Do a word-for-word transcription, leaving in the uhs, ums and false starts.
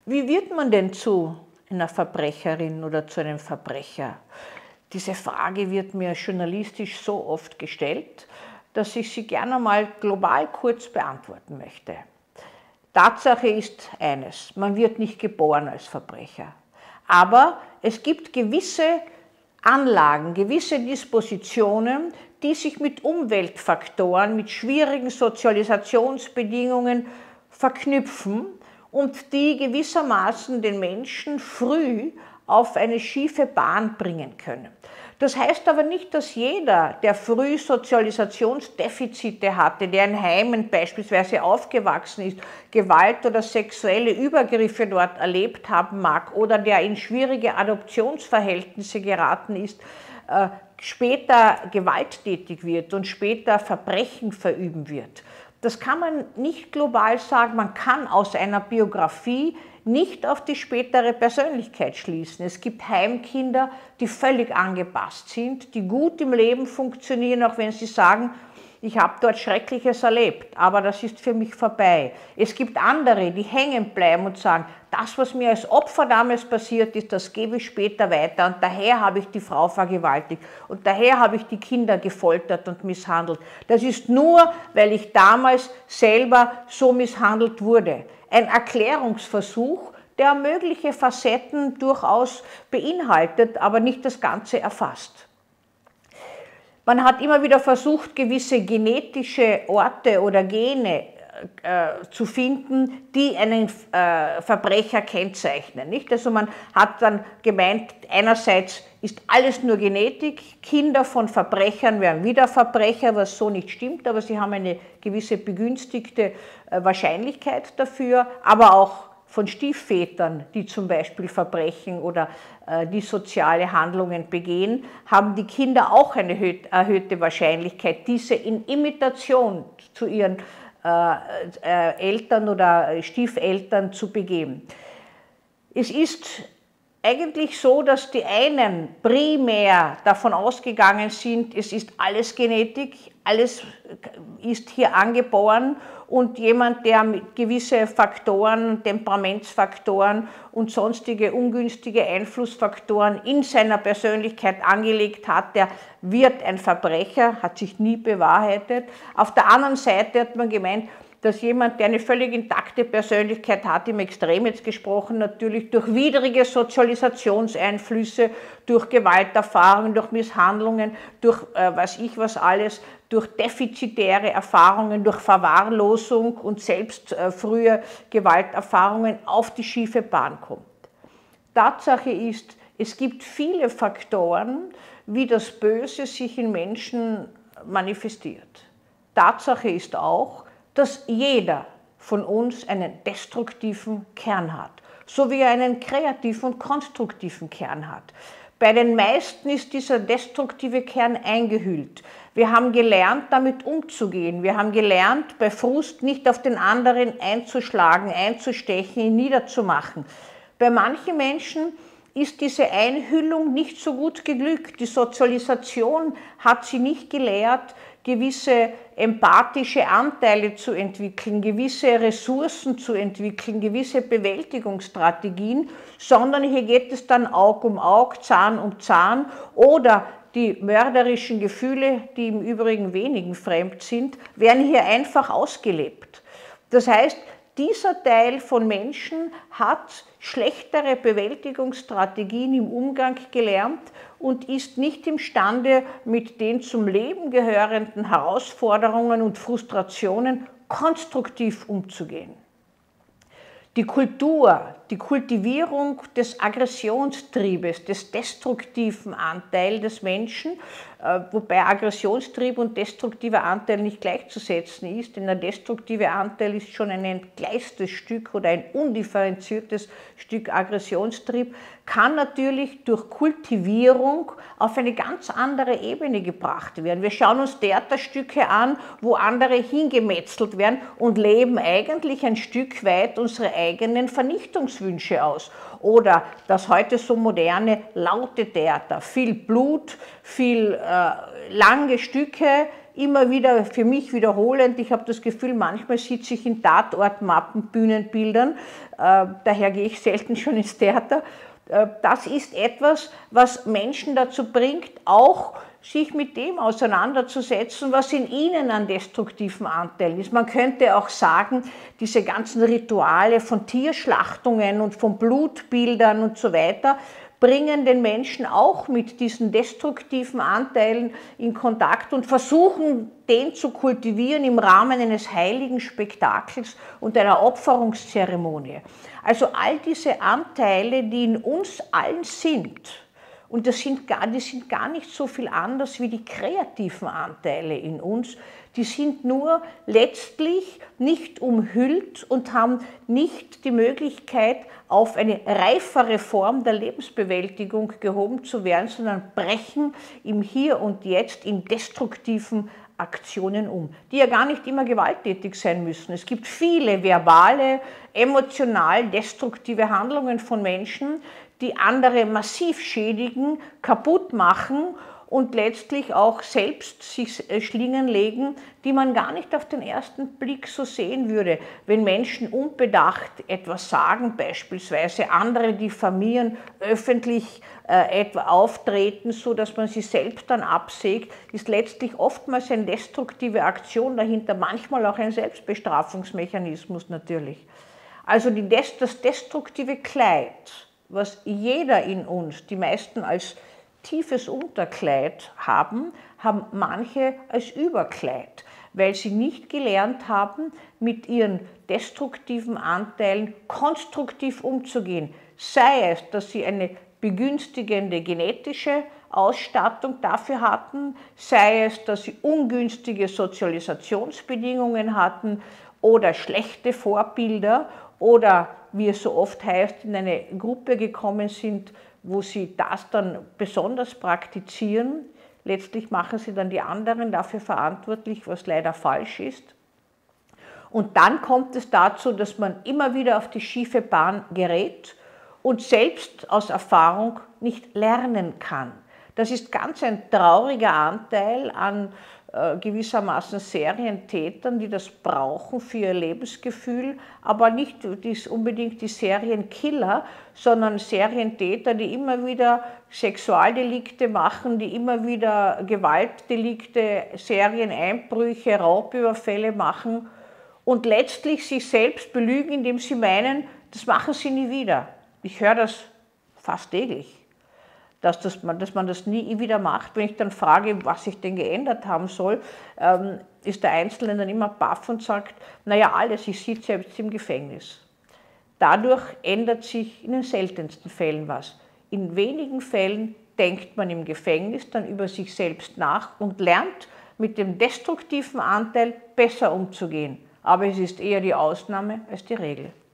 Wie wird man denn zu einer Verbrecherin oder zu einem Verbrecher? Diese Frage wird mir journalistisch so oft gestellt, dass ich sie gerne mal global kurz beantworten möchte. Tatsache ist eines: Man wird nicht geboren als Verbrecher. Aber es gibt gewisse Anlagen, gewisse Dispositionen, die sich mit Umweltfaktoren, mit schwierigen Sozialisationsbedingungen verknüpfen und die gewissermaßen den Menschen früh auf eine schiefe Bahn bringen können. Das heißt aber nicht, dass jeder, der früh Sozialisationsdefizite hatte, der in Heimen beispielsweise aufgewachsen ist, Gewalt oder sexuelle Übergriffe dort erlebt haben mag oder der in schwierige Adoptionsverhältnisse geraten ist, äh, später gewalttätig wird und später Verbrechen verüben wird. Das kann man nicht global sagen. Man kann aus einer Biografie nicht auf die spätere Persönlichkeit schließen. Es gibt Heimkinder, die völlig angepasst sind, die gut im Leben funktionieren, auch wenn sie sagen, ich habe dort Schreckliches erlebt, aber das ist für mich vorbei. Es gibt andere, die hängen bleiben und sagen, das, was mir als Opfer damals passiert ist, das gebe ich später weiter und daher habe ich die Frau vergewaltigt und daher habe ich die Kinder gefoltert und misshandelt. Das ist nur, weil ich damals selber so misshandelt wurde. Ein Erklärungsversuch, der mögliche Facetten durchaus beinhaltet, aber nicht das Ganze erfasst. Man hat immer wieder versucht, gewisse genetische Orte oder Gene äh, zu finden, die einen äh, Verbrecher kennzeichnen. Nicht? Also man hat dann gemeint, einerseits ist alles nur Genetik, Kinder von Verbrechern werden wieder Verbrecher, was so nicht stimmt, aber sie haben eine gewisse begünstigte äh, Wahrscheinlichkeit dafür, aber auch von Stiefvätern, die zum Beispiel Verbrechen oder äh, die soziale Handlungen begehen, haben die Kinder auch eine erhöhte Wahrscheinlichkeit, diese in Imitation zu ihren äh, äh, Eltern oder Stiefeltern zu begehen. Es ist eigentlich so, dass die einen primär davon ausgegangen sind, es ist alles Genetik, alles ist hier angeboren und jemand, der mit gewisse Faktoren, Temperamentsfaktoren und sonstige ungünstige Einflussfaktoren in seiner Persönlichkeit angelegt hat, der wird ein Verbrecher, hat sich nie bewahrheitet. Auf der anderen Seite hat man gemeint, dass jemand, der eine völlig intakte Persönlichkeit hat, im Extrem jetzt gesprochen, natürlich durch widrige Sozialisationseinflüsse, durch Gewalterfahrungen, durch Misshandlungen, durch äh, weiß ich was alles, durch defizitäre Erfahrungen, durch Verwahrlosung und selbst äh, frühe Gewalterfahrungen auf die schiefe Bahn kommt. Tatsache ist, es gibt viele Faktoren, wie das Böse sich in Menschen manifestiert. Tatsache ist auch, dass jeder von uns einen destruktiven Kern hat, so wie er einen kreativen und konstruktiven Kern hat. Bei den meisten ist dieser destruktive Kern eingehüllt. Wir haben gelernt, damit umzugehen. Wir haben gelernt, bei Frust nicht auf den anderen einzuschlagen, einzustechen, ihn niederzumachen. Bei manchen Menschen ist diese Einhüllung nicht so gut geglückt. Die Sozialisation hat sie nicht gelehrt, gewisse empathische Anteile zu entwickeln, gewisse Ressourcen zu entwickeln, gewisse Bewältigungsstrategien, sondern hier geht es dann Aug um Aug, Zahn um Zahn oder die mörderischen Gefühle, die im Übrigen wenigen fremd sind, werden hier einfach ausgelebt. Das heißt, dieser Teil von Menschen hat schlechtere Bewältigungsstrategien im Umgang gelernt und ist nicht imstande, mit den zum Leben gehörenden Herausforderungen und Frustrationen konstruktiv umzugehen. Die Kultur, die Kultivierung des Aggressionstriebes, des destruktiven Anteils des Menschen, wobei Aggressionstrieb und destruktiver Anteil nicht gleichzusetzen ist, denn der destruktive Anteil ist schon ein entgleistes Stück oder ein undifferenziertes Stück Aggressionstrieb, kann natürlich durch Kultivierung auf eine ganz andere Ebene gebracht werden. Wir schauen uns Theaterstücke an, wo andere hingemetzelt werden und leben eigentlich ein Stück weit unsere eigenen Vernichtungswünsche aus. Oder das heute so moderne laute Theater, viel Blut, viel äh, lange Stücke immer wieder für mich wiederholend. Ich habe das Gefühl, manchmal sitze ich in Tatortmappen, Bühnenbildern, äh, daher gehe ich selten schon ins Theater. Äh, das ist etwas, was Menschen dazu bringt, auch sich mit dem auseinanderzusetzen, was in ihnen an destruktiven Anteilen ist. Man könnte auch sagen, diese ganzen Rituale von Tierschlachtungen und von Blutbildern und so weiter bringen den Menschen auch mit diesen destruktiven Anteilen in Kontakt und versuchen, den zu kultivieren im Rahmen eines heiligen Spektakels und einer Opferungszeremonie. Also all diese Anteile, die in uns allen sind, und das sind gar, die sind gar nicht so viel anders wie die kreativen Anteile in uns. Die sind nur letztlich nicht umhüllt und haben nicht die Möglichkeit, auf eine reifere Form der Lebensbewältigung gehoben zu werden, sondern brechen im Hier und Jetzt in destruktiven Aktionen um, die ja gar nicht immer gewalttätig sein müssen. Es gibt viele verbale, emotional destruktive Handlungen von Menschen, die andere massiv schädigen, kaputt machen und letztlich auch selbst sich Schlingen legen, die man gar nicht auf den ersten Blick so sehen würde. Wenn Menschen unbedacht etwas sagen, beispielsweise andere diffamieren, öffentlich äh, etwa auftreten, so dass man sie selbst dann absägt, ist letztlich oftmals eine destruktive Aktion dahinter, manchmal auch ein Selbstbestrafungsmechanismus natürlich. Also die, das destruktive Kleid, was jeder in uns, die meisten als tiefes Unterkleid haben, haben manche als Überkleid, weil sie nicht gelernt haben, mit ihren destruktiven Anteilen konstruktiv umzugehen. Sei es, dass sie eine begünstigende genetische Ausstattung dafür hatten, sei es, dass sie ungünstige Sozialisationsbedingungen hatten oder schlechte Vorbilder oder, wie es so oft heißt, in eine Gruppe gekommen sind, wo sie das dann besonders praktizieren. Letztlich machen sie dann die anderen dafür verantwortlich, was leider falsch ist. Und dann kommt es dazu, dass man immer wieder auf die schiefe Bahn gerät und selbst aus Erfahrung nicht lernen kann. Das ist ganz ein trauriger Anteil an äh, gewissermaßen Serientätern, die das brauchen für ihr Lebensgefühl, aber nicht dies unbedingt die Serienkiller, sondern Serientäter, die immer wieder Sexualdelikte machen, die immer wieder Gewaltdelikte, Serieneinbrüche, Raubüberfälle machen und letztlich sich selbst belügen, indem sie meinen, das machen sie nie wieder. Ich höre das fast täglich. Dass, das, dass man das nie wieder macht. Wenn ich dann frage, was sich denn geändert haben soll, ähm, ist der Einzelne dann immer baff und sagt, naja, alles, ich sitze jetzt im Gefängnis. Dadurch ändert sich in den seltensten Fällen was. In wenigen Fällen denkt man im Gefängnis dann über sich selbst nach und lernt, mit dem destruktiven Anteil besser umzugehen. Aber es ist eher die Ausnahme als die Regel.